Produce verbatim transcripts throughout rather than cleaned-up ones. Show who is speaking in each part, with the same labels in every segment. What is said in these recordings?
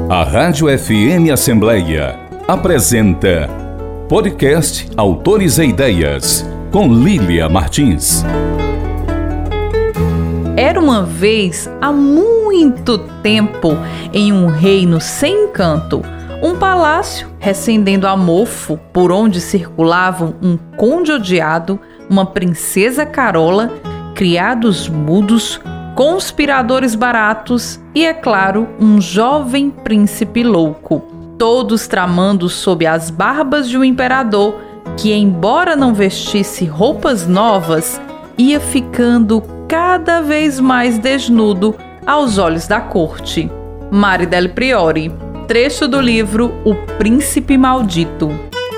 Speaker 1: A Rádio F M Assembleia apresenta Podcast Autores e Ideias, com Lília Martins.
Speaker 2: Era uma vez, há muito tempo, em um reino sem encanto, um palácio recendendo a mofo, por onde circulavam um conde odiado, uma princesa carola, criados mudos, conspiradores baratos e, é claro, um jovem príncipe louco, todos tramando sob as barbas de um imperador que, embora não vestisse roupas novas, ia ficando cada vez mais desnudo aos olhos da corte. Mari del Priore, trecho do livro O Príncipe Maldito.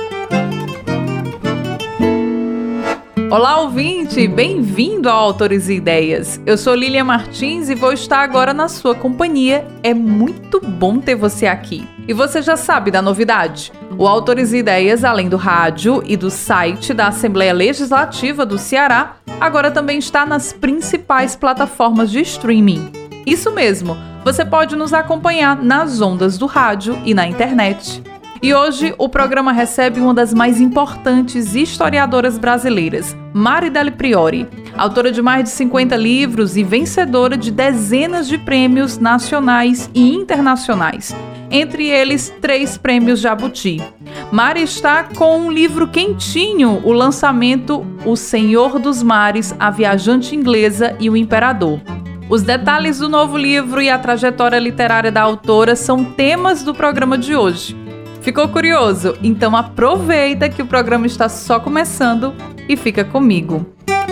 Speaker 2: Olá, ouvinte! Bem-vindo ao Autores e Ideias. Eu sou Lília Martins e vou estar agora na sua companhia. É muito bom ter você aqui. E você já sabe da novidade. O Autores e Ideias, além do rádio e do site da Assembleia Legislativa do Ceará, agora também está nas principais plataformas de streaming. Isso mesmo, você pode nos acompanhar nas ondas do rádio e na internet. E hoje o programa recebe uma das mais importantes historiadoras brasileiras, Mari del Priore, autora de mais de cinquenta livros e vencedora de dezenas de prêmios nacionais e internacionais, entre eles três prêmios Jabuti. Mari está com um livro quentinho, o lançamento O Senhor dos Mares, a Viajante Inglesa e o Imperador. Os detalhes do novo livro e a trajetória literária da autora são temas do programa de hoje. Ficou curioso? Então aproveita que o programa está só começando e fica comigo.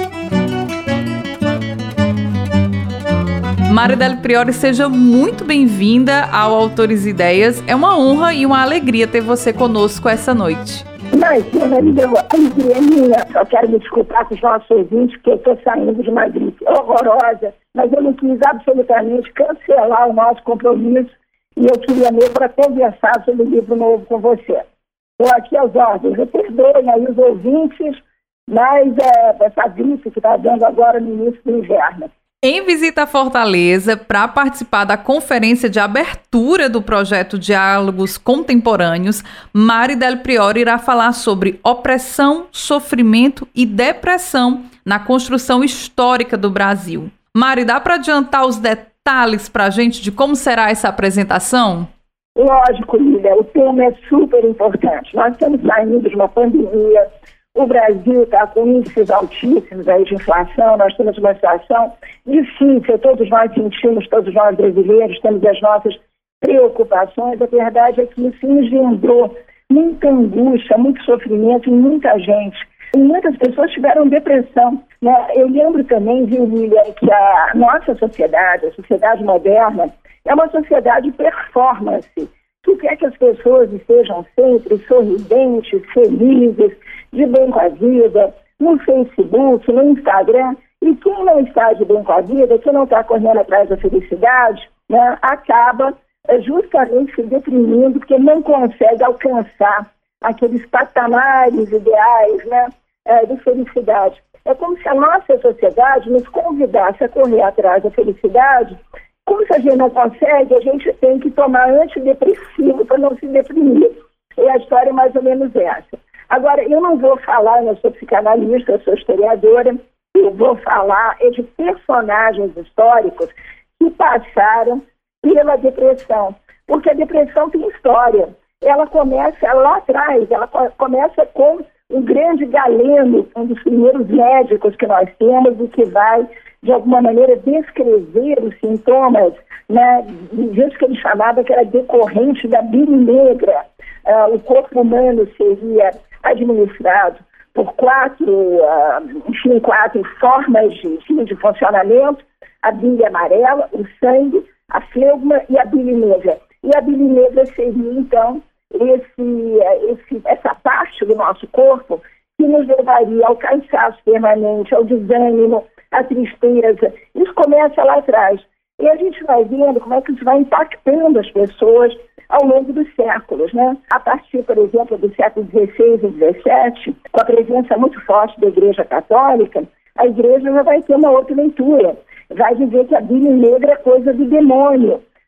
Speaker 2: Mari del Priore, seja muito bem-vinda ao Autores e Ideias. É uma honra e uma alegria ter você conosco essa noite.
Speaker 3: Imagina, me deu alegria minha. Só quero me desculpar com os nossos ouvintes, porque eu estou saindo de uma gripe horrorosa, mas eu não quis absolutamente cancelar o nosso compromisso. E eu queria mesmo para conversar sobre o livro novo com você. Estou aqui aos ordens. Eu perdoem aí os ouvintes, mas é, essa gripe que está dando agora no início do inverno.
Speaker 2: Em visita à Fortaleza, para participar da conferência de abertura do projeto Diálogos Contemporâneos, Mari del Priore irá falar sobre opressão, sofrimento e depressão na construção histórica do Brasil. Mari, dá para adiantar os detalhes detalhes para a gente de como será essa apresentação?
Speaker 3: Lógico, Lília, o tema é super importante. Nós estamos saindo de uma pandemia, o Brasil está com índices altíssimos aí de inflação, nós temos uma situação difícil, todos nós sentimos, todos nós brasileiros temos as nossas preocupações. A verdade é que isso engendrou muita angústia, muito sofrimento em muita gente. E muitas pessoas tiveram depressão, né? Eu lembro também, viu, Lília, que a nossa sociedade, a sociedade moderna, é uma sociedade performance, que quer que as pessoas estejam sempre sorridentes, felizes, de bem com a vida, no Facebook, no Instagram. E quem não está de bem com a vida, quem não está correndo atrás da felicidade, né, acaba justamente se deprimindo porque não consegue alcançar aqueles patamares ideais, né, é, de felicidade. É como se a nossa sociedade nos convidasse a correr atrás da felicidade. Como se a gente não consegue, a gente tem que tomar antidepressivo para não se deprimir. E a história é mais ou menos essa. Agora, eu não vou falar, eu sou psicanalista, eu sou historiadora, eu vou falar é de personagens históricos que passaram pela depressão. Porque a depressão tem história. Ela começa lá atrás, ela começa com um grande Galeno, um dos primeiros médicos que nós temos e que vai, de alguma maneira, descrever os sintomas, né, disso que ele chamava que era decorrente da bile negra. Uh, o corpo humano seria administrado por quatro, uh, enfim, quatro formas de, de funcionamento: a bile amarela, o sangue, a fleuma e a bile negra. E a bile negra seria, então, esse, esse, essa parte do nosso corpo que nos levaria ao cansaço permanente, ao desânimo, à tristeza. Isso começa lá atrás. E a gente vai vendo como é que isso vai impactando as pessoas ao longo dos séculos, né? A partir, por exemplo, do século dezesseis e dezessete, com a presença muito forte da Igreja Católica, a Igreja já vai ter uma outra leitura. Vai dizer que a bile negra é coisa do demônio.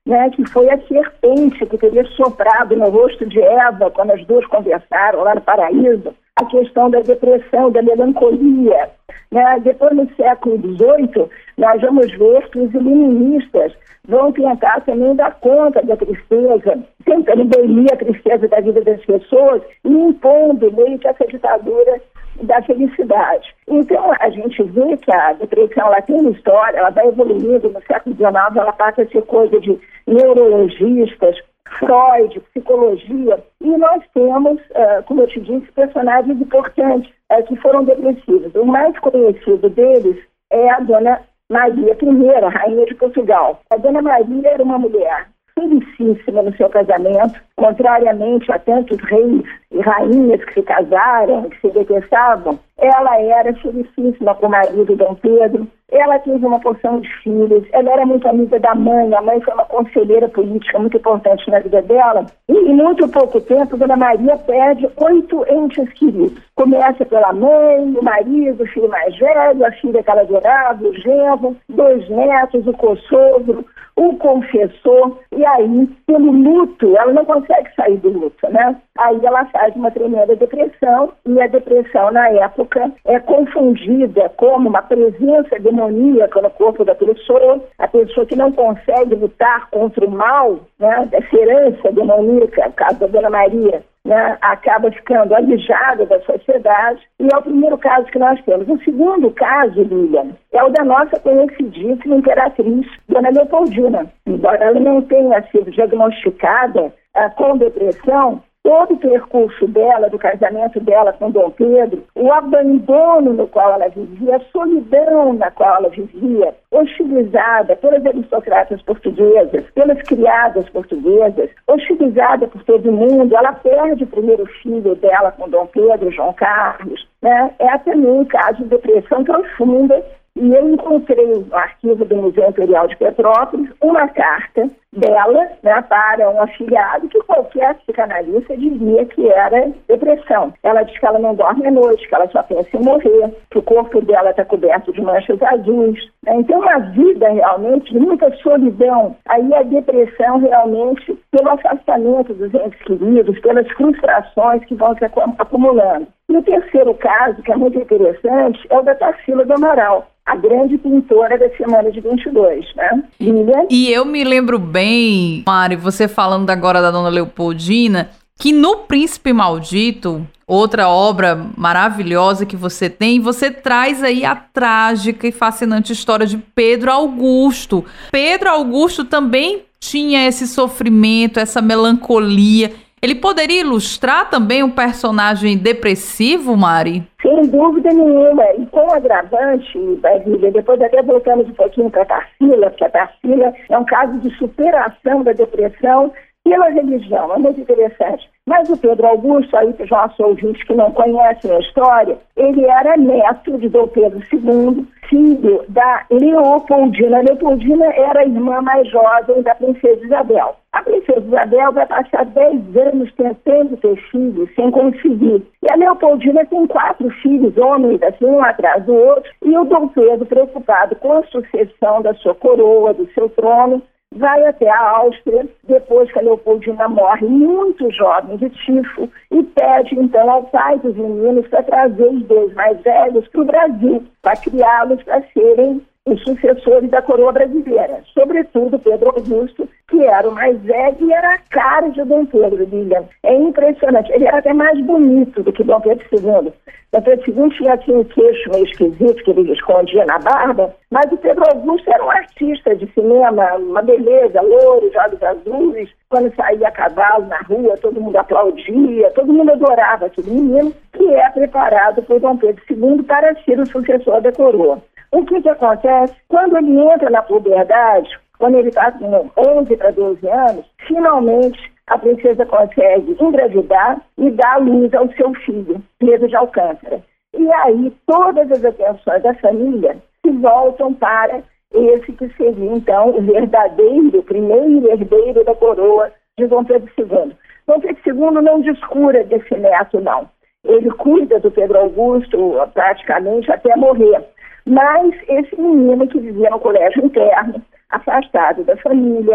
Speaker 3: né, que foi a serpente que teria soprado no rosto de Eva quando as duas conversaram lá no paraíso, a questão da depressão, da melancolia. Né? Depois, no século dezoito, nós vamos ver que os iluministas vão tentar também dar conta da tristeza, tentando engolir a tristeza da vida das pessoas e impondo meio que essa ditadura da felicidade. Então, a gente vê que a depressão ela tem uma história, ela vai evoluindo. No século dezenove, ela passa a ser coisa de neurologistas, Freud, psicologia, e nós temos, uh, como eu te disse, personagens importantes uh, que foram depressivos. O mais conhecido deles é a Dona Maria I, rainha de Portugal. A Dona Maria era uma mulher felicíssima no seu casamento, contrariamente a tantos reis e rainhas que se casaram, que se detestavam. Ela era felicíssima com o marido Dom Pedro, ela teve uma porção de filhos, ela era muito amiga da mãe, a mãe foi uma conselheira política muito importante na vida dela, e em muito pouco tempo, Dona Maria perde oito entes queridos. Começa pela mãe, o marido, o filho mais velho, a filha que ela adorava, o genro, dois netos, o co-sogro, o confessor, e aí, pelo luto, ela não consegue sair do luto, né? Aí ela faz uma tremenda depressão, e a depressão, na época, é confundida como uma presença demoníaca no corpo da pessoa, a pessoa que não consegue lutar contra o mal, né, dessa herança demoníaca, no caso da Dona Maria, né, acaba ficando alijada da sociedade, e é o primeiro caso que nós temos. O segundo caso, Lilian, é o da nossa conhecidíssima imperatriz, Dona Leopoldina. Embora ela não tenha sido diagnosticada ah, com depressão, todo o percurso dela, do casamento dela com Dom Pedro, o abandono no qual ela vivia, a solidão na qual ela vivia, hostilizada pelas aristocratas portuguesas, pelas criadas portuguesas, hostilizada por todo mundo, ela perde o primeiro filho dela com Dom Pedro, João Carlos, né? É também um caso de depressão profunda. E eu encontrei no arquivo do Museu Imperial de Petrópolis uma carta dela, né, para um afilhado que qualquer psicanalista diria que era depressão. Ela diz que ela não dorme à noite, que ela só pensa em morrer, que o corpo dela está coberto de manchas azuis. Né? Então, uma vida realmente de muita solidão. Aí a depressão realmente pelo afastamento dos entes queridos, pelas frustrações que vão se acumulando. E o terceiro caso, que é muito interessante, é o da Tarsila do Amaral, a grande pintora da semana de vinte e dois, né? Lilian?
Speaker 2: E eu me lembro bem, Mari, você falando agora da Dona Leopoldina, que no Príncipe Maldito, outra obra maravilhosa que você tem, você traz aí a trágica e fascinante história de Pedro Augusto. Pedro Augusto também tinha esse sofrimento, essa melancolia. Ele poderia ilustrar também um personagem depressivo, Mari?
Speaker 3: Sem dúvida nenhuma, e com agravante, Bíblia, depois até voltamos um pouquinho para a Tarsila, porque a Tarsila é um caso de superação da depressão pela religião, é muito interessante. Mas o Pedro Augusto, aí para os nossos ouvintes que não conhecem a história, ele era neto de Dom Pedro segundo, filho da Leopoldina. A Leopoldina era a irmã mais jovem da princesa Isabel. A princesa Isabel vai passar dez anos tentando ter filhos sem conseguir. E a Leopoldina tem quatro filhos, homens, assim, um atrás do outro. E o Dom Pedro, preocupado com a sucessão da sua coroa, do seu trono, vai até a Áustria, depois que a Leopoldina morre muito jovem de tifo, e pede então ao pai dos meninos para trazer os dois mais velhos para o Brasil, para criá-los para serem os sucessores da coroa brasileira. Sobretudo Pedro Augusto, que era o mais velho e era a cara de Dom Pedro, Lilian. É impressionante. Ele era até mais bonito do que Dom Pedro segundo. Dom Pedro segundo tinha aqui um queixo meio esquisito que ele escondia na barba, mas o Pedro Augusto era um artista de cinema, uma beleza, louro, de olhos azuis. Quando saía a cavalo na rua, todo mundo aplaudia, todo mundo adorava aquele menino, que é preparado por Dom Pedro segundo para ser o sucessor da coroa. O que que acontece? Quando ele entra na puberdade, quando ele está com onze para doze anos, finalmente a princesa consegue engravidar e dar à luz ao seu filho, Pedro de Alcântara. E aí todas as atenções da família se voltam para esse que seria, então, o verdadeiro, primeiro herdeiro da coroa de Dom Pedro segundo. Dom Pedro segundo não descura desse neto, não. Ele cuida do Pedro Augusto praticamente até morrer. Mas esse menino que vivia no colégio interno, afastado da família,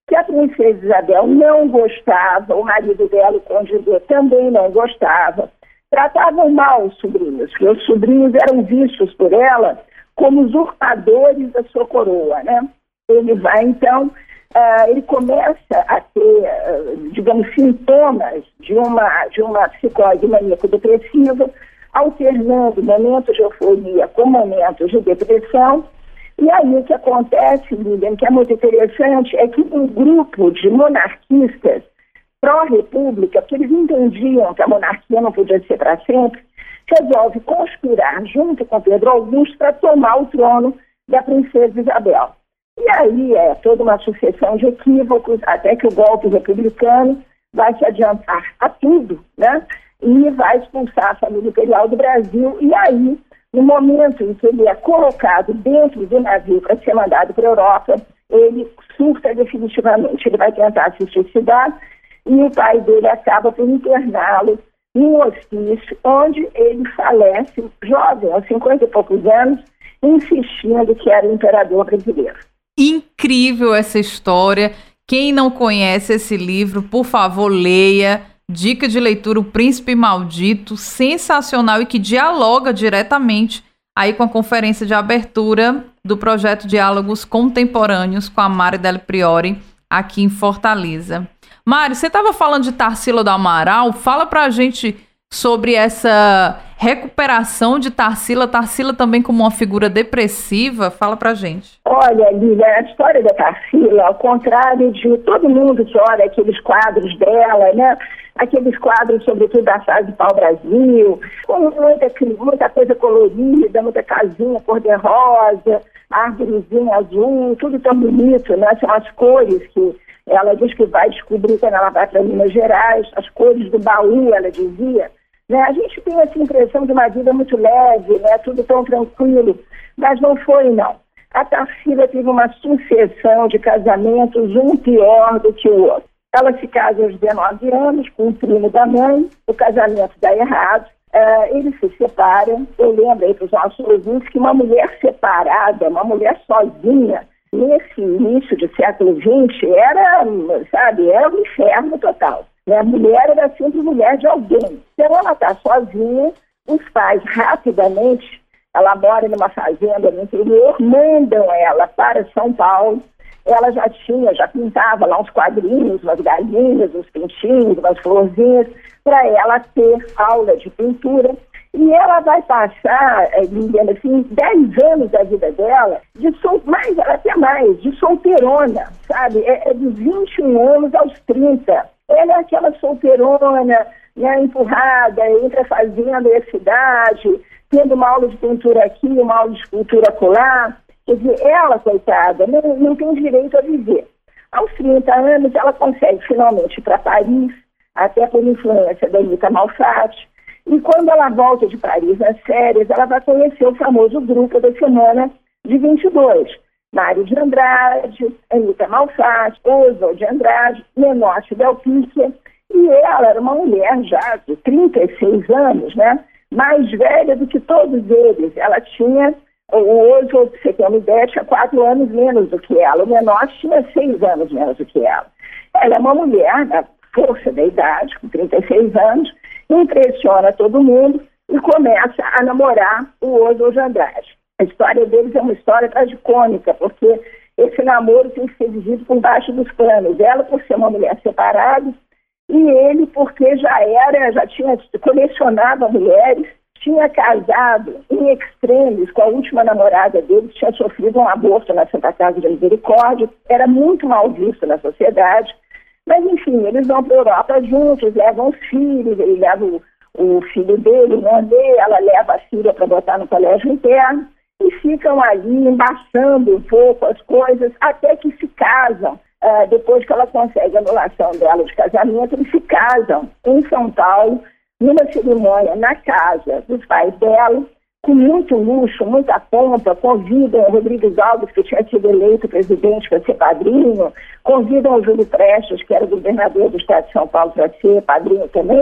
Speaker 3: que a princesa Isabel não gostava, o marido dela, o Conde de também não gostava, tratavam mal os sobrinhos, que os sobrinhos eram vistos por ela como usurpadores da sua coroa, né? Ele vai, então, uh, ele começa a ter, uh, digamos, sintomas de uma, de uma psicose maníaco-depressiva, alternando momentos de euforia com momentos de depressão. E aí o que acontece, Lilian, que é muito interessante, é que um grupo de monarquistas pró-república, porque eles entendiam que a monarquia não podia ser para sempre, resolve conspirar junto com Pedro Augusto para tomar o trono da princesa Isabel. E aí é toda uma sucessão de equívocos, até que o golpe republicano vai se adiantar a tudo, né? E vai expulsar a família imperial do Brasil. E aí, no momento em que ele é colocado dentro do navio para ser mandado para a Europa, ele surta definitivamente. Ele vai tentar se suicidar e o pai dele acaba por interná-lo num hospício, onde ele falece, jovem, aos cinquenta e poucos anos, insistindo que era o imperador brasileiro.
Speaker 2: Incrível essa história. Quem não conhece esse livro, por favor, leia. Dica de leitura, O Príncipe Maldito, sensacional e que dialoga diretamente aí com a conferência de abertura do projeto Diálogos Contemporâneos com a Mari Del Priore aqui em Fortaleza. Mari, você estava falando de Tarsila do Amaral, fala pra gente sobre essa recuperação de Tarsila, Tarsila também como uma figura depressiva, fala pra gente.
Speaker 3: Olha, Lívia, a história da Tarsila, ao contrário de todo mundo que olha aqueles quadros dela, né, aqueles quadros, sobretudo da fase pau-brasil, com muita, muita coisa colorida, muita casinha cor-de-rosa, árvorezinha azul, tudo tão bonito, né, são as cores que ela diz que vai descobrir quando ela vai para Minas Gerais, as cores do baú, ela dizia. Né? A gente tem essa impressão de uma vida muito leve, né? Tudo tão tranquilo, mas não foi, não. A Tarsila teve uma sucessão de casamentos, um pior do que o outro. Ela se casa aos dezenove anos com o primo da mãe, o casamento dá errado, uh, eles se separam. Eu lembro aí para os nossos ouvintes que uma mulher separada, uma mulher sozinha, nesse início do século vinte, era, sabe, era um inferno total. Né? A mulher era sempre mulher de alguém. Então ela está sozinha, os pais rapidamente, ela mora numa fazenda no interior, mandam ela para São Paulo. Ela já tinha, já pintava lá uns quadrinhos, umas galinhas, uns pintinhos, umas florzinhas, para ela ter aula de pintura. E ela vai passar, Liliana, assim, dez anos da vida dela, de sol... mais, até mais, de solteirona, sabe? É, é de vinte e um anos aos trinta. Ela é aquela solteirona, né, empurrada entre a fazenda e a cidade, tendo uma aula de pintura aqui, uma aula de escultura acolá. Quer dizer, ela, coitada, não, não tem direito a viver. Aos trinta anos, ela consegue finalmente ir para Paris, até por influência da Anita Malfatti. E quando ela volta de Paris nas férias, ela vai conhecer o famoso grupo da Semana de vinte e dois. Mário de Andrade, Anita Malfatti, Oswald de Andrade, Menor Delpícia. E ela era uma mulher já de trinta e seis anos, né? Mais velha do que todos eles. Ela tinha, o Oswald, pra você ter uma ideia, tinha quatro anos menos do que ela. O Menor tinha seis anos menos do que ela. Ela é uma mulher da força da idade, com trinta e seis anos, impressiona todo mundo e começa a namorar o Oswald de Andrade. A história deles é uma história tragicômica, porque esse namoro tem que ser vivido por baixo dos panos. Ela por ser uma mulher separada e ele porque já era, já tinha colecionado mulheres, tinha casado em extremes com a última namorada dele, que tinha sofrido um aborto na Santa Casa de Misericórdia, era muito mal visto na sociedade. Mas, enfim, eles vão para a Europa juntos, levam os filhos, ele leva o, o filho dele, o Nandê, ela leva a filha para botar no colégio interno e ficam ali embaçando um pouco as coisas até que se casam. Uh, depois que ela consegue a anulação dela de casamento, eles se casam em São Paulo, numa cerimônia na casa dos pais dela, com muito luxo, muita pompa, convidam o Rodrigues Alves, que tinha sido eleito presidente, para ser padrinho, convidam o Júlio Prestes, que era governador do estado de São Paulo, para ser padrinho também,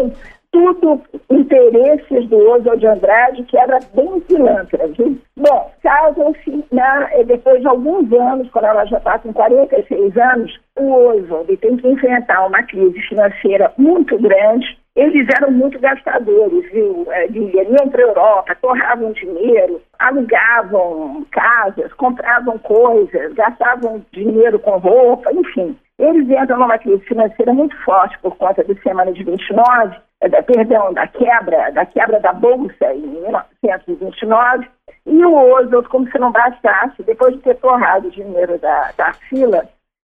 Speaker 3: tudo interesses do Oswald de Andrade, que era bem pilantra, viu? Bom, casam-se, né, depois de alguns anos, quando ela já está com quarenta e seis anos, o Oswald tem que enfrentar uma crise financeira muito grande. Eles eram muito gastadores, viu? Iam para a Europa, torravam dinheiro, alugavam casas, compravam coisas, gastavam dinheiro com roupa, enfim. Eles entram numa crise financeira muito forte por conta do Semana de vinte e nove, da, perdão, da quebra, da quebra da Bolsa em mil novecentos e vinte e nove, e o Oswald, como se não bastasse, depois de ter torrado o dinheiro da Tarsila,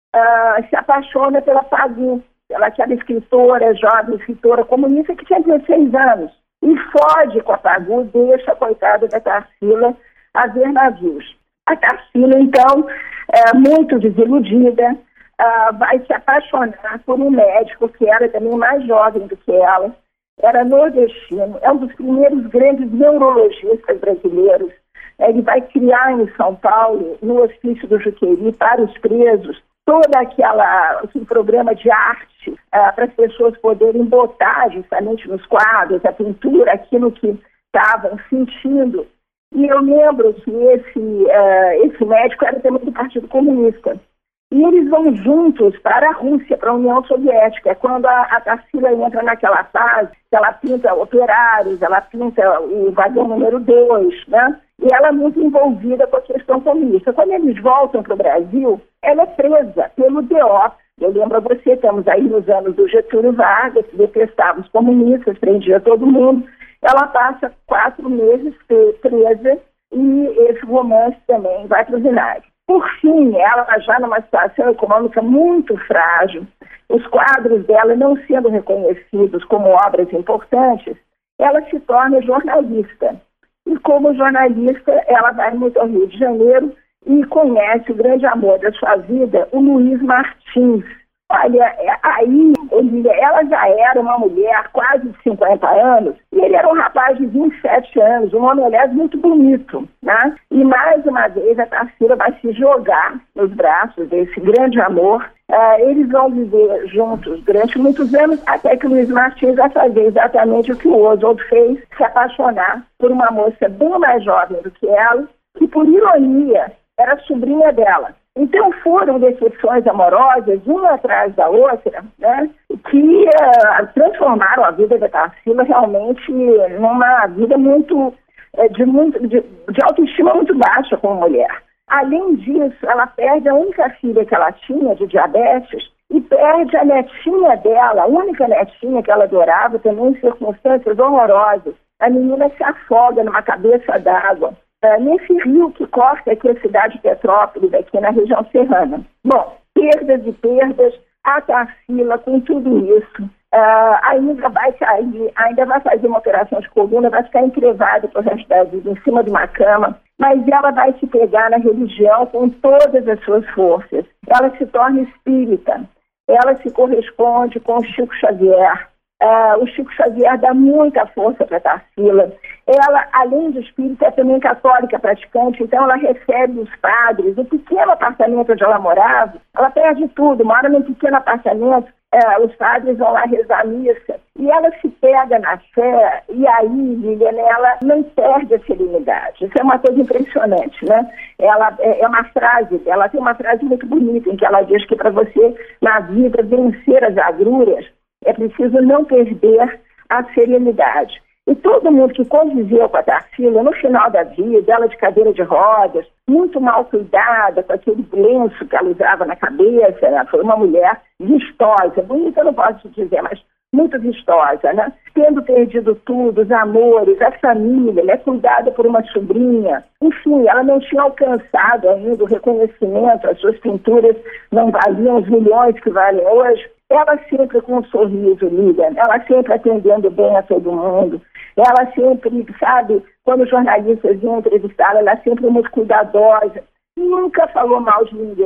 Speaker 3: uh, se apaixona pela Pagu, ela que era escritora, jovem escritora comunista, que tinha dezesseis anos, e foge com a Pagu, deixa a coitada da Tarsila a ver navios. A Tarsila, então, é muito desiludida, Uh, vai se apaixonar por um médico que era também mais jovem do que ela, era nordestino, é um dos primeiros grandes neurologistas brasileiros. Ele vai criar em São Paulo, no Hospício do Juqueri, para os presos, todo aquela, aquele programa de arte uh, para as pessoas poderem botar justamente nos quadros, a pintura, aquilo que estavam sentindo. E eu lembro que esse, uh, esse médico era também do Partido Comunista. E eles vão juntos para a Rússia, para a União Soviética. É quando a, a Tarsila entra naquela fase, que ela pinta operários, ela pinta o vagão número dois, né? E ela é muito envolvida com a questão comunista. Quando eles voltam para o Brasil, ela é presa pelo D O P. Eu lembro a você, estamos aí nos anos do Getúlio Vargas, que detestava os comunistas, prendia todo mundo. Ela passa quatro meses presa e esse romance também vai para o vinagre. Por fim, ela já numa situação econômica muito frágil, os quadros dela não sendo reconhecidos como obras importantes, ela se torna jornalista. E como jornalista, ela vai muito ao Rio de Janeiro e conhece o grande amor da sua vida, o Luiz Martins. Olha, aí ela já era uma mulher quase de cinquenta anos e ele era um rapaz de vinte e sete anos, um homem, aliás, muito bonito, né? E mais uma vez a Tarsila vai se jogar nos braços desse grande amor. Uh, eles vão viver juntos durante muitos anos, até que o Luiz Martins vai fazer exatamente o que o Oswald fez, se apaixonar por uma moça bem mais jovem do que ela, que por ironia era sobrinha dela. Então foram decepções amorosas, uma atrás da outra, né, que uh, transformaram a vida da Tarsila realmente numa vida muito, uh, de, muito de, de autoestima muito baixa como mulher. Além disso, ela perde a única filha que ela tinha, de diabetes, e perde a netinha dela, a única netinha que ela adorava, também em circunstâncias horrorosas. A menina se afoga numa cabeça d'água. Uh, nesse rio que corta aqui a cidade de Petrópolis, aqui na região serrana. Bom, perdas e perdas, a Tarsila com tudo isso, uh, ainda vai cair, ainda vai fazer uma operação de coluna, vai ficar encrevada pro resto da vida em cima de uma cama, mas ela vai se pegar na religião com todas as suas forças. Ela se torna espírita, ela se corresponde com o Chico Xavier. Uh, o Chico Xavier dá muita força para a Tarsila. Ela, além de espírita, é também católica praticante, então ela recebe os padres. O pequeno apartamento onde ela morava, ela perde tudo, mora num pequeno apartamento, uh, os padres vão lá rezar a missa, e ela se pega na fé, e aí, Lilian, ela não perde a serenidade. Isso é uma coisa impressionante, né? Ela é, é uma frase, ela tem uma frase muito bonita, em que ela diz que para você, na vida, vencer as agruras, é preciso não perder a serenidade. E todo mundo que conviveu com a Tarsila, no final da vida, ela de cadeira de rodas, muito mal cuidada, com aquele lenço que ela usava na cabeça, né? Foi uma mulher vistosa, bonita eu não posso dizer, mas muito vistosa, né? Tendo perdido tudo, os amores, a família, né? Cuidada por uma sobrinha. Enfim, ela não tinha alcançado ainda o reconhecimento, as suas pinturas não valiam os milhões que valem hoje. Ela sempre com um sorriso, Lilian, ela sempre atendendo bem a todo mundo, ela sempre, sabe, quando os jornalistas iam entrevistá-la, ela sempre muito cuidadosa, nunca falou mal de ninguém,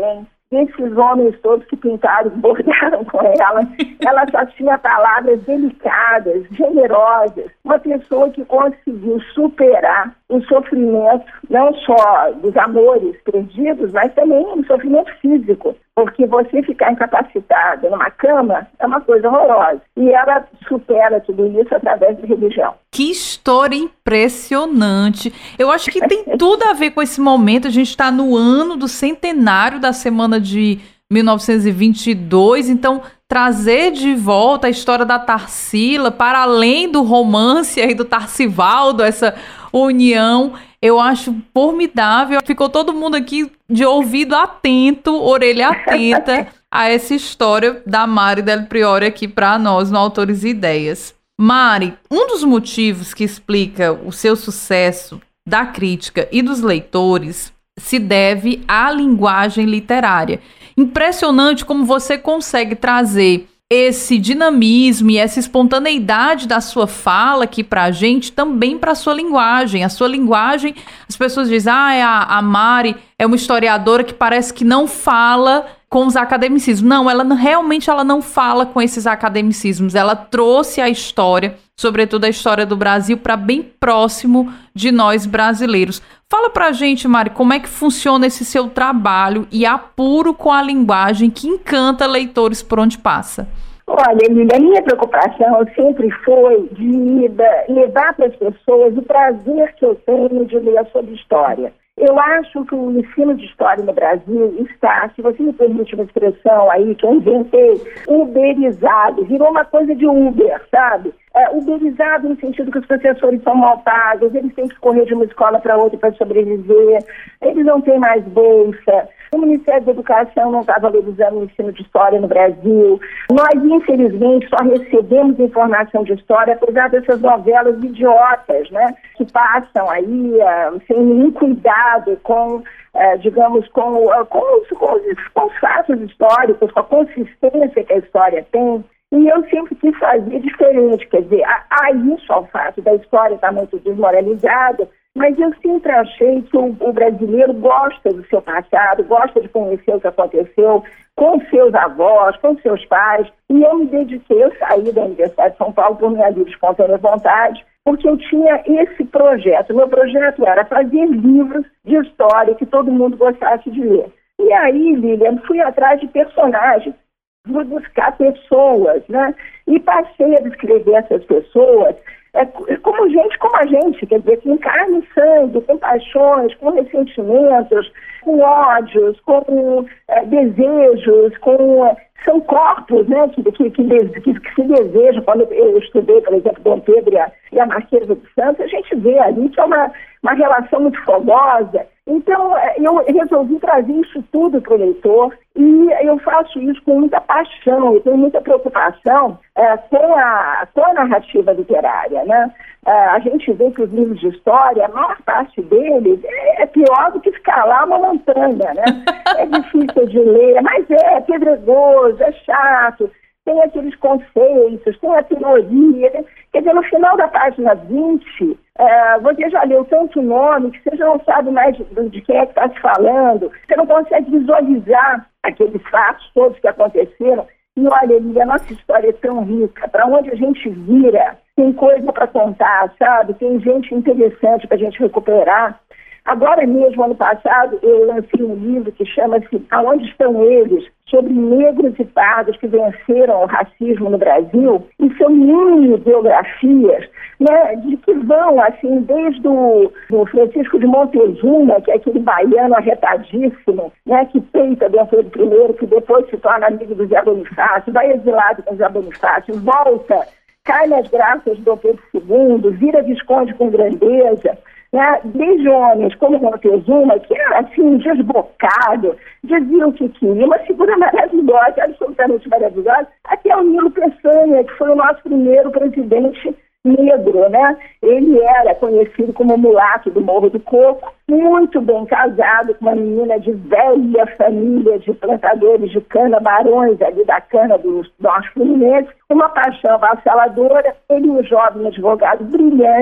Speaker 3: desses homens todos que pintaram, bordaram com ela, ela só tinha palavras delicadas, generosas, uma pessoa que conseguiu superar o sofrimento, não só dos amores perdidos, mas também o sofrimento físico, porque você ficar incapacitado numa cama é uma coisa horrorosa, e ela supera tudo isso através da religião.
Speaker 2: Que história impressionante! Eu acho que tem tudo a ver com esse momento. A gente está no ano do centenário da Semana de mil novecentos e vinte e dois, então trazer de volta a história da Tarsila, para além do romance aí do Tarcivaldo, essa união, eu acho formidável. Ficou todo mundo aqui de ouvido atento, orelha atenta a essa história da Mari Del Priore aqui para nós no Autores e Ideias. Mari, um dos motivos que explica o seu sucesso da crítica e dos leitores se deve à linguagem literária. Impressionante como você consegue trazer esse dinamismo e essa espontaneidade da sua fala aqui pra gente, também pra sua linguagem. A sua linguagem, as pessoas dizem, ah, a, a Mari é uma historiadora que parece que não fala com os academicismos. Não, ela realmente ela não fala com esses academicismos. Ela trouxe a história, sobretudo a história do Brasil, para bem próximo de nós brasileiros. Fala pra gente, Mari, como é que funciona esse seu trabalho e apuro com a linguagem que encanta leitores por onde passa?
Speaker 3: Olha, Lília, a minha preocupação sempre foi de levar para as pessoas o prazer que eu tenho de ler sobre história. Eu acho que o ensino de história no Brasil está, se você me permite uma expressão aí que eu inventei, uberizado, virou uma coisa de Uber, sabe? É, uberizado no sentido que os professores são mal pagos, eles têm que correr de uma escola para outra para sobreviver, eles não têm mais bolsa, o Ministério da Educação não está valorizando o ensino de história no Brasil. Nós, infelizmente, só recebemos informação de história apesar dessas novelas idiotas, né, que passam aí uh, sem nenhum cuidado com, uh, digamos, com, uh, com, os, com, os, com os fatos históricos, com a consistência que a história tem. E eu sempre quis fazer diferente, quer dizer, há isso ao fato da história estar muito desmoralizada, mas eu sempre achei que o, o brasileiro gosta do seu passado, gosta de conhecer o que aconteceu com seus avós, com seus pais, e eu me dediquei, eu saí da Universidade de São Paulo por minha livre espontânea vontade, porque eu tinha esse projeto. O meu projeto era fazer livros de história que todo mundo gostasse de ler. E aí, Lilian, fui atrás de personagens, fui buscar pessoas, né? E passei a descrever essas pessoas é, como gente como a gente, quer dizer, com carne e sangue, com paixões, com ressentimentos, com ódios, com é, desejos, com... São corpos, né, que, que, que, que, que se desejam. Quando eu estudei, por exemplo, Dom Pedro e a, e a Marquesa de Santos, a gente vê ali que é uma, uma relação muito fogosa. Então, eu resolvi trazer isso tudo para o leitor e eu faço isso com muita paixão e tenho muita preocupação é, com, a, com a narrativa literária, né? É, a gente vê que os livros de história, a maior parte deles é, é pior do que escalar uma montanha, né? É difícil de ler, mas é, é pedregoso, é chato, tem aqueles conceitos, tem a teoria, né? Quer dizer, no final da página vinte, é, você já leu tanto nome que você já não sabe mais de, de quem é que está se falando, você não consegue visualizar aqueles fatos todos que aconteceram. E olha, a nossa história é tão rica, para onde a gente vira, tem coisa para contar, sabe? Tem gente interessante para a gente recuperar. Agora mesmo, ano passado, eu lancei um livro que chama-se Aonde Estão Eles?, sobre negros e pardos que venceram o racismo no Brasil, e são mini biografias, né, de que vão, assim, desde o do Francisco de Montezuma, que é aquele baiano arretadíssimo, né, que peita Dom Pedro primeiro, que depois se torna amigo do Zé Bonifácio, vai exilado com o Zé Bonifácio, volta, cai nas graças de Dom Pedro segundo, vira visconde com grandeza, né? Desde homens como Montezuma, que era assim, desbocado, dizia o que queria, uma figura maravilhosa, absolutamente maravilhosa, até o Nilo Peçanha, que foi o nosso primeiro presidente negro, né? Ele era conhecido como mulato do Morro do Coco, muito bem casado com uma menina de velha família de plantadores de cana, barões ali da cana do Norte Fluminense, uma paixão avassaladora, ele um jovem advogado brilhante,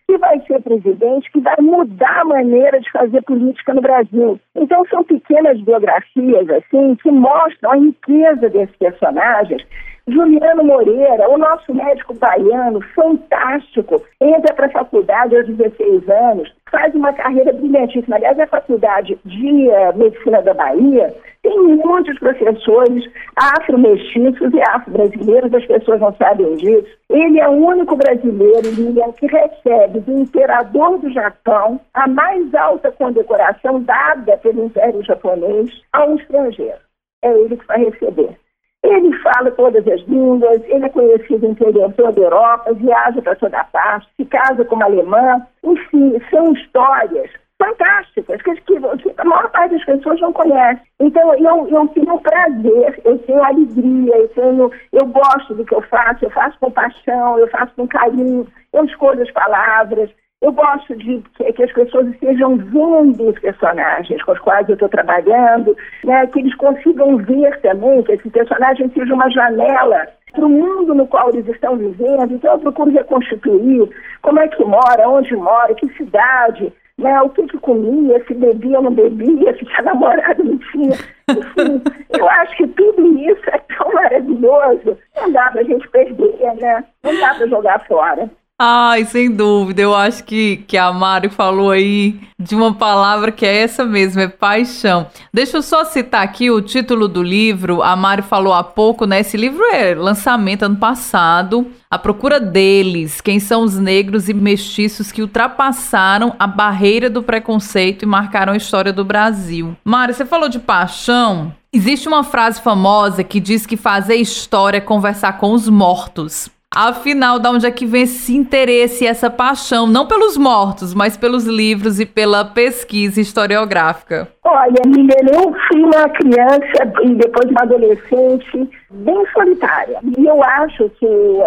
Speaker 3: que vai ser presidente, que vai mudar a maneira de fazer política no Brasil. Então são pequenas biografias assim que mostram a riqueza desses personagens. Juliano Moreira, o nosso médico baiano, fantástico, entra para a faculdade aos dezesseis anos, faz uma carreira brilhantíssima. Aliás, a faculdade de uh, Medicina da Bahia tem muitos professores afro-mestiços e afro-brasileiros, as pessoas não sabem disso. Ele é o único brasileiro, Lilian, que recebe do imperador do Japão a mais alta condecoração dada pelo Império Japonês a um estrangeiro. É ele que vai receber. Ele fala todas as línguas, ele é conhecido em toda a Europa, viaja para toda parte, se casa com uma alemã. Enfim, são histórias fantásticas que, que, que a maior parte das pessoas não conhece. Então, eu, eu tenho prazer, eu tenho alegria, eu, tenho, eu gosto do que eu faço, eu faço com paixão, eu faço com carinho, eu escolho as palavras. Eu gosto de que, que as pessoas estejam vendo os personagens com os quais eu estou trabalhando, né, que eles consigam ver também, que esse personagem seja uma janela para o mundo no qual eles estão vivendo. Então eu procuro reconstituir como é que mora, onde mora, que cidade, né, o que que comia, se bebia ou não bebia, se tinha namorado ou não tinha. Enfim, eu acho que tudo isso é tão maravilhoso, não dá para a gente perder, né? Não dá para jogar fora.
Speaker 2: Ai, sem dúvida, eu acho que, que a Mari falou aí de uma palavra que é essa mesmo, é paixão. Deixa eu só citar aqui o título do livro, a Mari falou há pouco, né? Esse livro é lançamento ano passado, A Procura Deles, quem são os negros e mestiços que ultrapassaram a barreira do preconceito e marcaram a história do Brasil. Mari, você falou de paixão, existe uma frase famosa que diz que fazer história é conversar com os mortos. Afinal, de onde é que vem esse interesse e essa paixão, não pelos mortos, mas pelos livros e pela pesquisa historiográfica?
Speaker 3: Olha, Lilian, eu fui uma criança e depois uma adolescente bem solitária. E eu acho que o,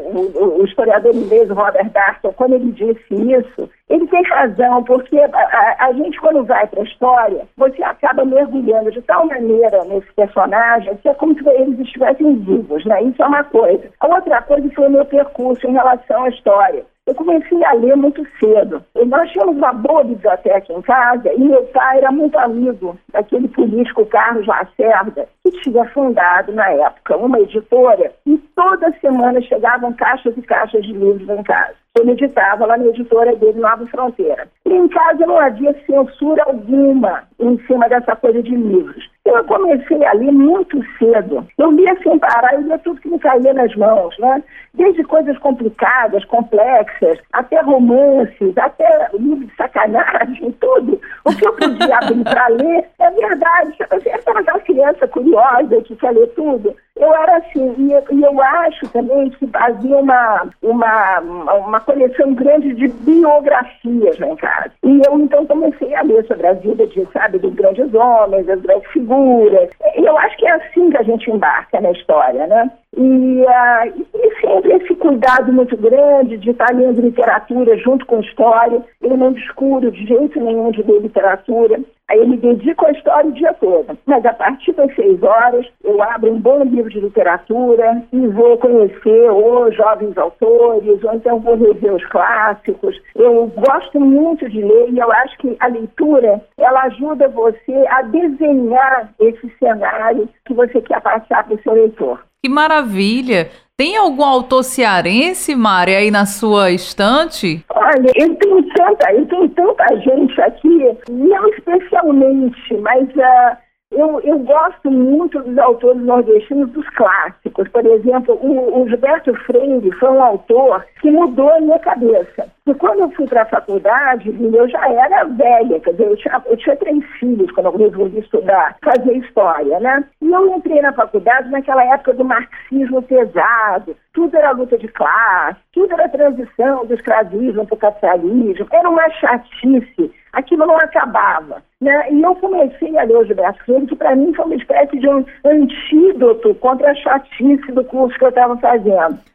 Speaker 3: o, o historiador inglês Robert Darnton, quando ele disse isso, ele tem razão, porque a, a, a gente, quando vai para a história, você acaba mergulhando de tal maneira nesse personagem que é como se eles estivessem vivos, né? Isso é uma coisa. A outra coisa foi o meu percurso em relação à história. Eu comecei a ler muito cedo. E nós tínhamos uma boa biblioteca em casa e meu pai era muito amigo daquele político Carlos Lacerda, que tinha fundado, na época, uma editora e toda semana chegavam caixas e caixas de livros em casa. Eu editava lá na editora dele, Nova Fronteira. E em casa não havia censura alguma em cima dessa coisa de livros. Eu comecei a ler muito cedo. Eu lia sem parar, eu lia tudo que me caía nas mãos, né? Desde coisas complicadas, complexas, até romances, até livros de sacanagem, tudo. O que eu podia abrir para ler, é verdade. Eu era uma criança curiosa que quer ler tudo. Eu era assim, e eu, e eu acho também que havia uma, uma, uma coleção grande de biografias lá em casa. E eu então comecei a ler sobre a vida de, sabe, dos grandes homens, das grandes figuras. Eu acho que é assim que a gente embarca na história, né? E, uh, e sempre esse cuidado muito grande de estar lendo literatura junto com história. Eu não descuro de jeito nenhum de ler literatura. Aí eu me dedico à história o dia todo. Mas a partir das seis horas, eu abro um bom livro de literatura e vou conhecer ou jovens autores, ou então vou rever os clássicos. Eu gosto muito de ler e eu acho que a leitura, ela ajuda você a desenhar esse cenário que você quer passar para o seu leitor.
Speaker 2: Que maravilha! Tem algum autor cearense, Mari, aí na sua estante?
Speaker 3: Olha, eu tenho tanta, eu tenho tanta gente aqui, não especialmente, mas uh, eu, eu gosto muito dos autores nordestinos, dos clássicos. Por exemplo, o, o Gilberto Freire foi um autor que mudou a minha cabeça. E quando eu fui para a faculdade, eu já era velha, quer dizer, eu tinha, eu tinha três filhos quando eu resolvi estudar, fazer história, né? E eu entrei na faculdade naquela época do marxismo pesado, tudo era luta de classe, tudo era transição do escravismo para o capitalismo, era uma chatice, aquilo não acabava, né? E eu comecei a ler o Gilberto Freire, que para mim foi uma espécie de um antídoto contra a chatice do curso que eu estava fazendo.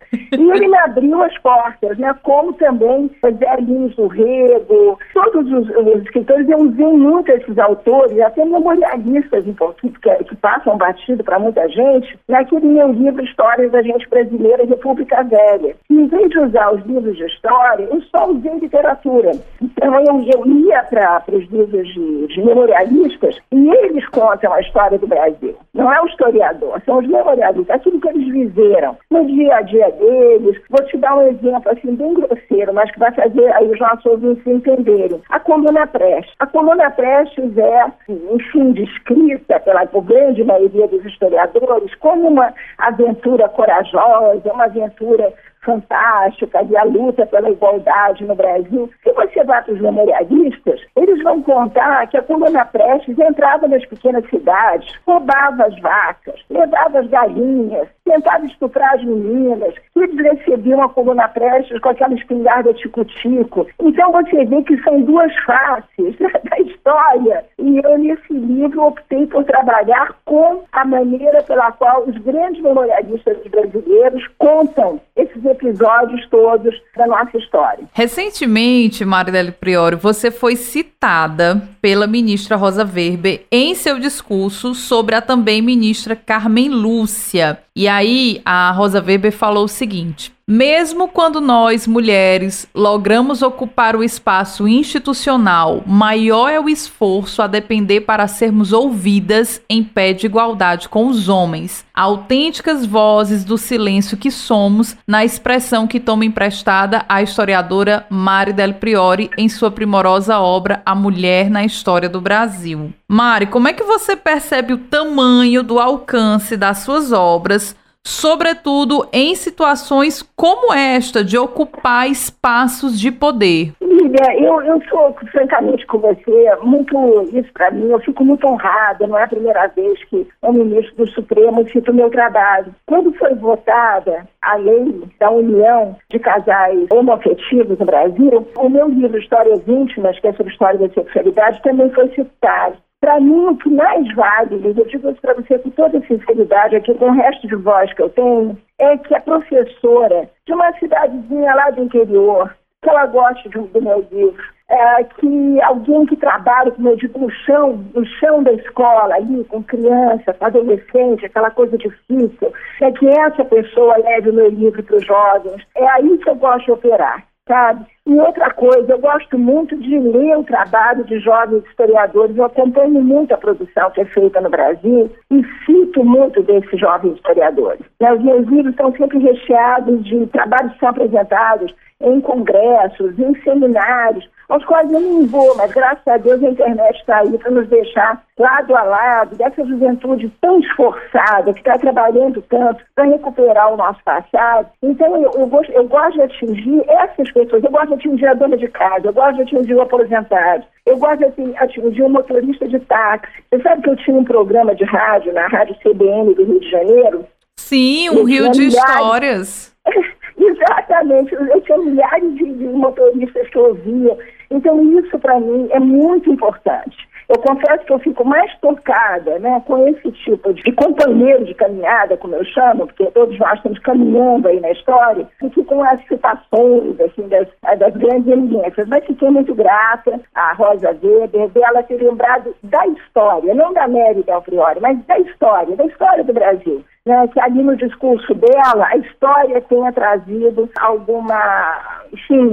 Speaker 3: E ele me abriu as portas, né? Como também Zé Lins do Rego, todos os, os escritores, eu usei muito esses autores, até memorialistas que, que, que passam batido para muita gente, naquele meu livro Histórias da Gente Brasileira, República Velha. E, em vez de usar os livros de história, eu só usei literatura. Então eu, eu ia para os livros de, de memorialistas e eles contam a história do Brasil. Não é o historiador, são os memorialistas, aquilo que eles viveram no dia a dia deles. Vou te dar um exemplo assim bem grosseiro, mas que vai fazer aí os nossos ouvintes entenderem. A Coluna Prestes. A Coluna Prestes é, enfim, descrita pela por grande maioria dos historiadores como uma aventura corajosa, uma aventura fantástica de a luta pela igualdade no Brasil. Se você vai para os memorialistas, eles vão contar que a Coluna Prestes entrava nas pequenas cidades, roubava as vacas, levava as galinhas, tentava estuprar as meninas, que eles recebiam a Coluna Prestes com aquela espingarda tico-tico. Então você vê que são duas faces da história. E eu, nesse livro, optei por trabalhar com a maneira pela qual os grandes memorialistas brasileiros contam esses episódios todos da nossa história.
Speaker 2: Recentemente, Marielle Priori, você foi citada pela ministra Rosa Weber em seu discurso sobre a também ministra Carmen Lúcia. E aí, a Rosa Weber falou o seguinte: mesmo quando nós, mulheres, logramos ocupar o espaço institucional, maior é o esforço a depender para sermos ouvidas em pé de igualdade com os homens, autênticas vozes do silêncio que somos, na expressão que toma emprestada a historiadora Mari Del Priori em sua primorosa obra A Mulher na História do Brasil. Mari, como é que você percebe o tamanho do alcance das suas obras, sobretudo em situações como esta, de ocupar espaços de poder?
Speaker 3: Lília, eu, eu sou, francamente com você, muito, isso para mim, eu fico muito honrada, não é a primeira vez que o ministro do Supremo cita o meu trabalho. Quando foi votada a lei da união de casais homoafetivos no Brasil, o meu livro Histórias Íntimas, que é sobre história da sexualidade, também foi citado. Para mim, o que mais vale, eu digo isso para você com toda sinceridade, aqui com o resto de voz que eu tenho, é que a professora de uma cidadezinha lá do interior, que ela goste do, do meu livro, é, que alguém que trabalha, como eu digo, no chão, no chão da escola, ali, com criança, com adolescente, aquela coisa difícil, é que essa pessoa leve o meu livro para os jovens. É aí que eu gosto de operar, sabe? E outra coisa, eu gosto muito de ler o trabalho de jovens historiadores, eu acompanho muito a produção que é feita no Brasil e cito muito desses jovens historiadores. Os meus livros estão sempre recheados de trabalhos que são apresentados em congressos, em seminários, aos quais eu não vou, mas graças a Deus a internet está aí para nos deixar lado a lado dessa juventude tão esforçada, que está trabalhando tanto para recuperar o nosso passado. Então eu, eu, gosto, eu gosto de atingir essas pessoas, eu gosto de atingir a dona de casa, eu gosto de atingir o aposentado, eu gosto de atingir o motorista de táxi. Você sabe que eu tinha um programa de rádio, na Rádio C B N do Rio de Janeiro?
Speaker 2: Sim, um rio de histórias.
Speaker 3: Exatamente, eu tinha milhares de, de motoristas que eu ouvia, então isso para mim é muito importante. Eu confesso que eu fico mais tocada, né, com esse tipo de companheiro de caminhada, como eu chamo, porque todos nós estamos caminhando aí na história, do que com as citações assim, das, das grandes eminências. Mas fiquei muito grata à Rosa Weber, dela ter lembrado da história, não da Mari Del Priori, mas da história, da história do Brasil. Né, que ali no discurso dela, a história tenha trazido alguma, enfim,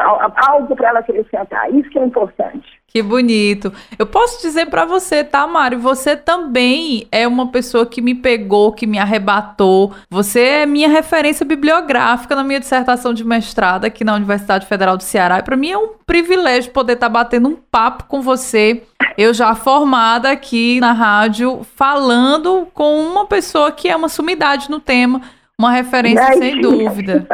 Speaker 3: algo para ela acrescentar. Isso que é importante.
Speaker 2: Que bonito. Eu posso dizer para você, tá, Mari? Você também é uma pessoa que me pegou, que me arrebatou. Você é minha referência bibliográfica na minha dissertação de mestrado aqui na Universidade Federal do Ceará. E para mim é um privilégio poder estar batendo um papo com você. Eu já formada aqui na rádio, falando com uma pessoa que é uma sumidade no tema, uma referência Ai, sem dúvida.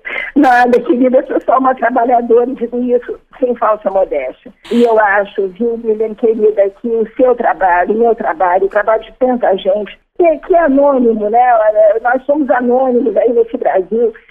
Speaker 3: Nada, querida, eu sou só uma trabalhadora e digo isso sem falsa modéstia. E eu acho, viu, Lilian, querida, que o seu trabalho, o meu trabalho, o trabalho de tanta gente, que, que é anônimo, né? Nós somos anônimos aí nesse Brasil,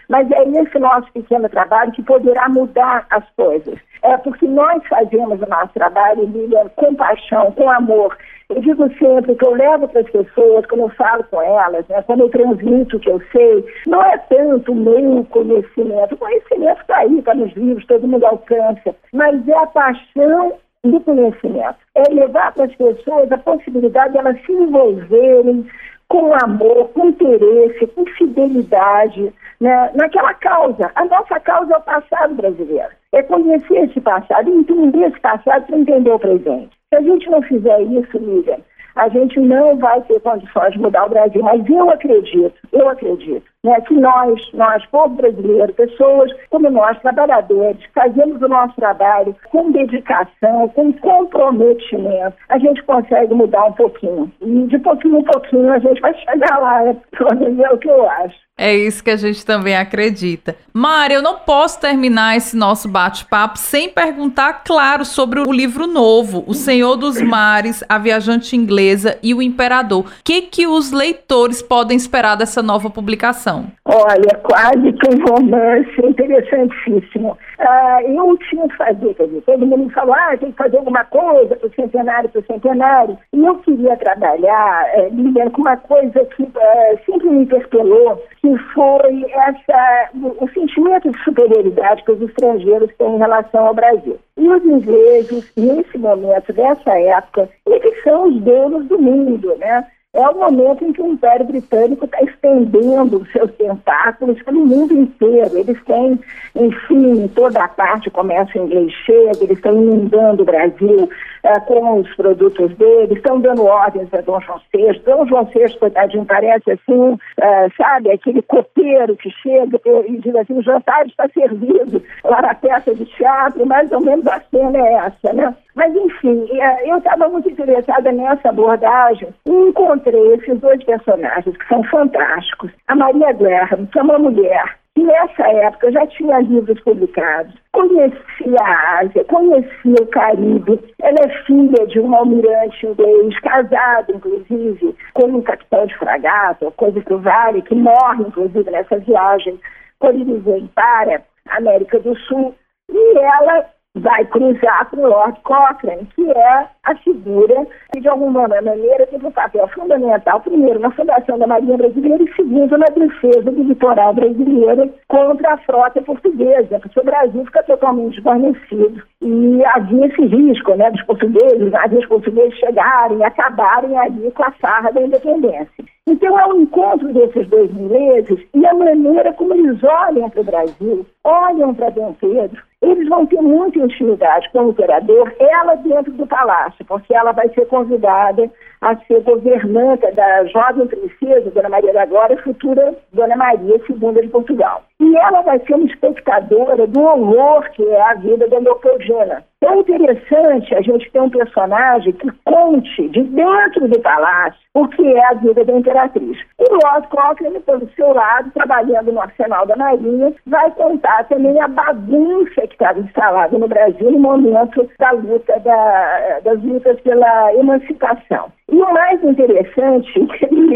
Speaker 3: Mas é esse nosso pequeno trabalho que poderá mudar as coisas. É porque nós fazemos o nosso trabalho, Lilian, com paixão, com amor. Eu digo sempre que eu levo para as pessoas, quando eu falo com elas, né, quando eu transmito o que eu sei, não é tanto o meu conhecimento. O conhecimento está aí, está nos livros, todo mundo alcança. Mas é a paixão do conhecimento. É levar para as pessoas a possibilidade de elas se envolverem com amor, com interesse, com fidelidade, né, naquela causa. A nossa causa é o passado brasileiro. É conhecer esse passado, entender esse passado para entender o presente. Se a gente não fizer isso, Lívia, a gente não vai ter condições de mudar o Brasil. Mas eu acredito, eu acredito, né, que nós, nós, povo brasileiro, pessoas como nós, trabalhadores, fazemos o nosso trabalho com dedicação, com comprometimento, a gente consegue mudar um pouquinho. E de pouquinho em pouquinho a gente vai chegar lá, é, é o que eu acho.
Speaker 2: É isso que a gente também acredita. Mari, eu não posso terminar esse nosso bate-papo sem perguntar, claro, sobre o livro novo, O Senhor dos Mares, A Viajante Inglesa e o Imperador. O que, que os leitores podem esperar dessa nova publicação?
Speaker 3: Olha, quase que um romance interessantíssimo. Ah, eu tinha que fazer, quer dizer, todo mundo falou, ah, tem que fazer alguma coisa para o centenário, para o centenário. E eu queria trabalhar, é, Lilian, com uma coisa que é, sempre me interpelou, que foi essa, o, o sentimento de superioridade que os estrangeiros têm em relação ao Brasil. E os ingleses, nesse momento, dessa época, eles são os donos do mundo, né? É o momento em que o Império Britânico está estendendo os seus tentáculos pelo mundo inteiro. Eles têm, enfim, toda a parte, o comércio inglês chega, eles estão inundando o Brasil é, com os produtos deles, estão dando ordens a Dom João sexto. Dom João sexto, coitadinho, parece assim, é, sabe, aquele copeiro que chega e diz assim, o jantar está servido lá na peça de teatro, mais ou menos a cena é essa, né? Mas, enfim, eu estava muito interessada nessa abordagem e encontrei esses dois personagens que são fantásticos. A Maria Graham, que é uma mulher que nessa época já tinha livros publicados, conhecia a Ásia, conhecia o Caribe. Ela é filha de um almirante inglês, casado, inclusive, com um capitão de fragata, coisa que vale, que morre, inclusive, nessa viagem quando ele vem para a América do Sul. E ela vai cruzar com o Lord Cochrane, que é a figura que, de alguma maneira, teve um papel fundamental, primeiro, na fundação da Marinha Brasileira e, segundo, na defesa do litoral brasileiro contra a frota portuguesa, porque o Brasil fica totalmente desguarnecido. E havia esse risco, né, dos portugueses, navios portugueses chegarem e acabarem ali com a farra da independência. Então, é o encontro desses dois ingleses e a maneira como eles olham para o Brasil, olham para Dom Pedro. Eles vão ter muita intimidade com o imperador, ela dentro do palácio, porque ela vai ser convidada a ser governanta da jovem princesa, Dona Maria da Glória, futura Dona Maria segunda de Portugal. E ela vai ser uma espectadora do horror que é a vida da Leopoldina. É interessante a gente ter um personagem que conte de dentro do palácio o que é a vida da imperatriz. E o Lord Cochrane, pelo seu lado, trabalhando no arsenal da Marinha, vai contar também a bagunça que estava instalada no Brasil no momento da luta, da, das lutas pela emancipação. E o mais interessante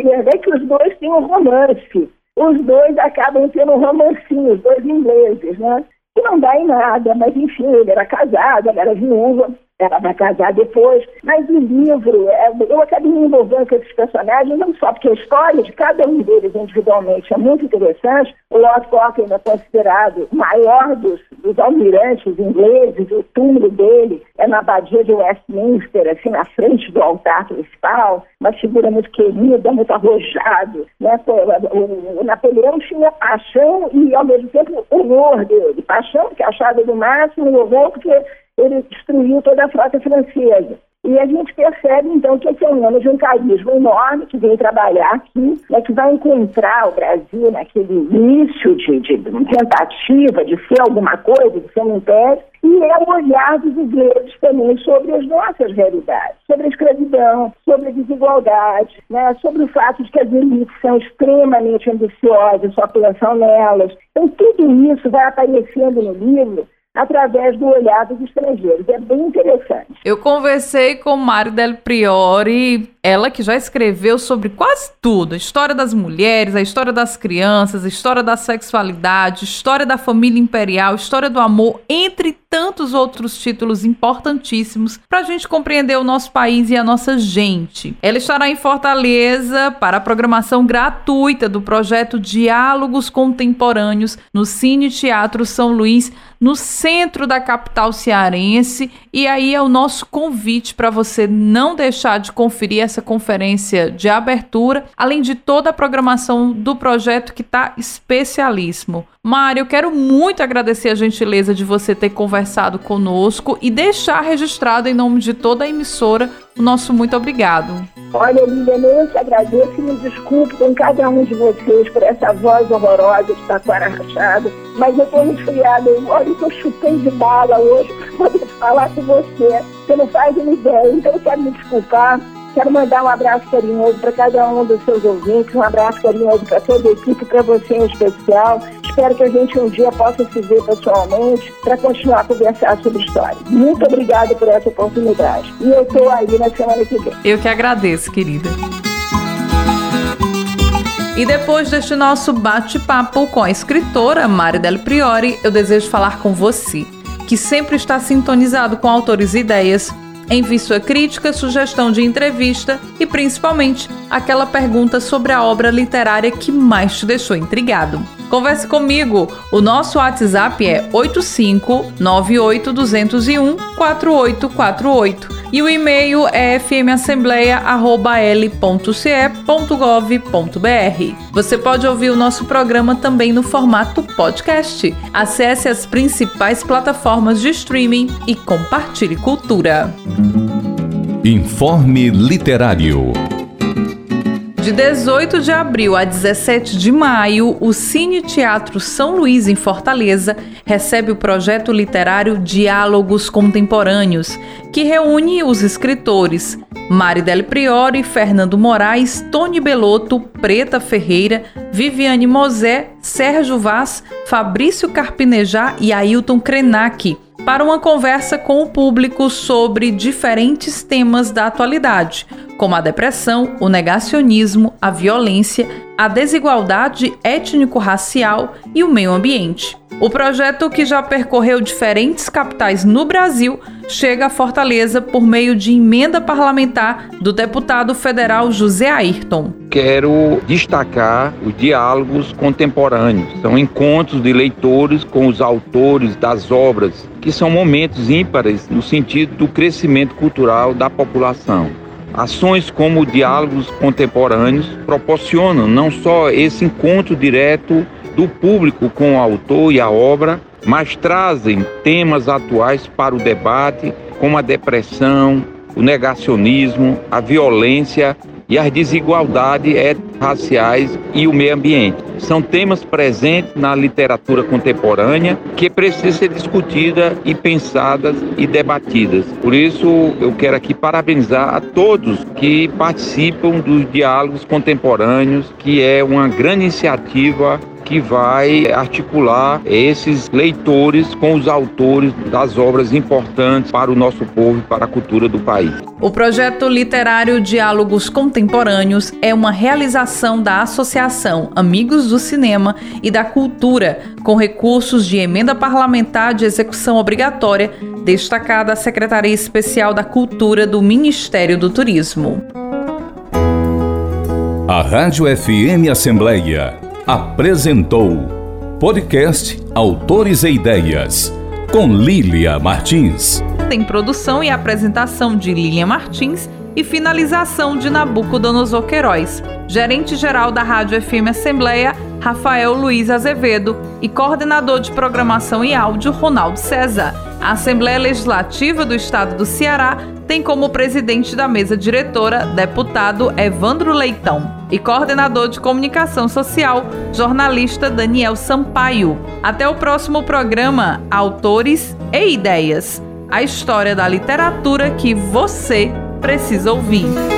Speaker 3: é que os dois têm um romance. Os dois acabam tendo um romancinho, os dois ingleses, né? Que não dá em nada, mas enfim, ele era casado, ela era viúva, ela vai casar depois. Mas o livro, eu acabei me envolvendo com esses personagens, não só porque a história de cada um deles individualmente é muito interessante. O Lord Cochrane é considerado o maior dos, dos almirantes ingleses, o túmulo dele é na abadia de Westminster, assim, na frente do altar principal, uma figura muito querida, muito arrojado, né? O, o Napoleão tinha paixão e, ao mesmo tempo, horror dele. Paixão porque achava do máximo, e horror porque ele destruiu toda a frota francesa. E a gente percebe, então, que esse é um homem de um carisma enorme que vem trabalhar aqui, né, que vai encontrar o Brasil naquele início de, de, de tentativa de ser alguma coisa, de ser um império, e é o olhar dos ingleses também sobre as nossas realidades, sobre a escravidão, sobre a desigualdade, né, sobre o fato de que as elites são extremamente ambiciosas, só pensam nelas. Então, tudo isso vai aparecendo no livro através do olhar dos estrangeiros. É bem interessante.
Speaker 2: Eu conversei com Mário Del Priore Ela que já escreveu sobre quase tudo, a história das mulheres, a história das crianças, a história da sexualidade, história da família imperial, história do amor, entre tantos outros títulos importantíssimos para a gente compreender o nosso país e a nossa gente. Ela estará em Fortaleza para a programação gratuita do projeto Diálogos Contemporâneos no Cine Teatro São Luís, no centro da capital cearense, e aí é o nosso convite para você não deixar de conferir essa conferência de abertura, além de toda a programação do projeto que está especialíssimo. Mário, eu quero muito agradecer a gentileza de você ter conversado conosco e deixar registrado em nome de toda a emissora o nosso muito obrigado.
Speaker 3: Olha, Lilian, eu te agradeço e me desculpe com cada um de vocês por essa voz horrorosa de taquara rachada, mas eu estou resfriada, olha que eu chutei de bala hoje para poder falar com você. Você não faz uma ideia, então eu quero me desculpar. Quero mandar um abraço carinhoso para cada um dos seus ouvintes, um abraço carinhoso para toda a equipe, para você em especial. Espero que a gente um dia possa se ver pessoalmente para continuar a conversar sobre história. Muito obrigada por essa oportunidade. E eu estou aí na semana que vem.
Speaker 2: Eu que agradeço, querida. E depois deste nosso bate-papo com a escritora Mari Del Priore, eu desejo falar com você, que sempre está sintonizado com Autores e Ideias. Envie sua crítica, sugestão de entrevista e, principalmente, aquela pergunta sobre a obra literária que mais te deixou intrigado. Converse comigo. O nosso WhatsApp é oito cinco nove oito dois zero um quatro oito quatro oito e o e-mail é f m assembleia arroba l ponto c e ponto gov ponto b r. Você pode ouvir o nosso programa também no formato podcast. Acesse as principais plataformas de streaming e compartilhe cultura.
Speaker 1: Informe Literário.
Speaker 2: De dezoito de abril a dezessete de maio, o Cine Teatro São Luís, em Fortaleza, recebe o projeto literário Diálogos Contemporâneos, que reúne os escritores Mari Del Priore, Fernando Moraes, Tony Belotto, Preta Ferreira, Viviane Mosé, Sérgio Vaz, Fabrício Carpinejar e Ailton Krenak, para uma conversa com o público sobre diferentes temas da atualidade, como a depressão, o negacionismo, a violência, a desigualdade étnico-racial e o meio ambiente. O projeto, que já percorreu diferentes capitais no Brasil, chega a Fortaleza por meio de emenda parlamentar do deputado federal José Ayrton.
Speaker 4: Quero destacar os diálogos contemporâneos. São encontros de leitores com os autores das obras, que são momentos ímpares no sentido do crescimento cultural da população. Ações como diálogos contemporâneos proporcionam não só esse encontro direto do público com o autor e a obra, mas trazem temas atuais para o debate, como a depressão, o negacionismo, a violência e as desigualdades raciais e o meio ambiente. São temas presentes na literatura contemporânea que precisam ser discutidas e pensadas e debatidas. Por isso, eu quero aqui parabenizar a todos que participam dos diálogos contemporâneos, que é uma grande iniciativa que vai articular esses leitores com os autores das obras importantes para o nosso povo e para a cultura do país.
Speaker 2: O projeto literário Diálogos Contemporâneos é uma realização da Associação Amigos do Cinema e da Cultura, com recursos de emenda parlamentar de execução obrigatória, destacada a Secretaria Especial da Cultura do Ministério do Turismo.
Speaker 1: A Rádio F M Assembleia apresentou podcast Autores e Ideias, com Lília Martins.
Speaker 2: Tem produção e apresentação de Lília Martins e finalização de Nabucodonosor Queiroz. Gerente-geral da Rádio F M Assembleia, Rafael Luiz Azevedo, e coordenador de programação e áudio, Ronaldo César. A Assembleia Legislativa do Estado do Ceará tem como presidente da mesa diretora deputado Evandro Leitão e coordenador de comunicação social, jornalista Daniel Sampaio. Até o próximo programa Autores e Ideias, a história da literatura que você precisa ouvir.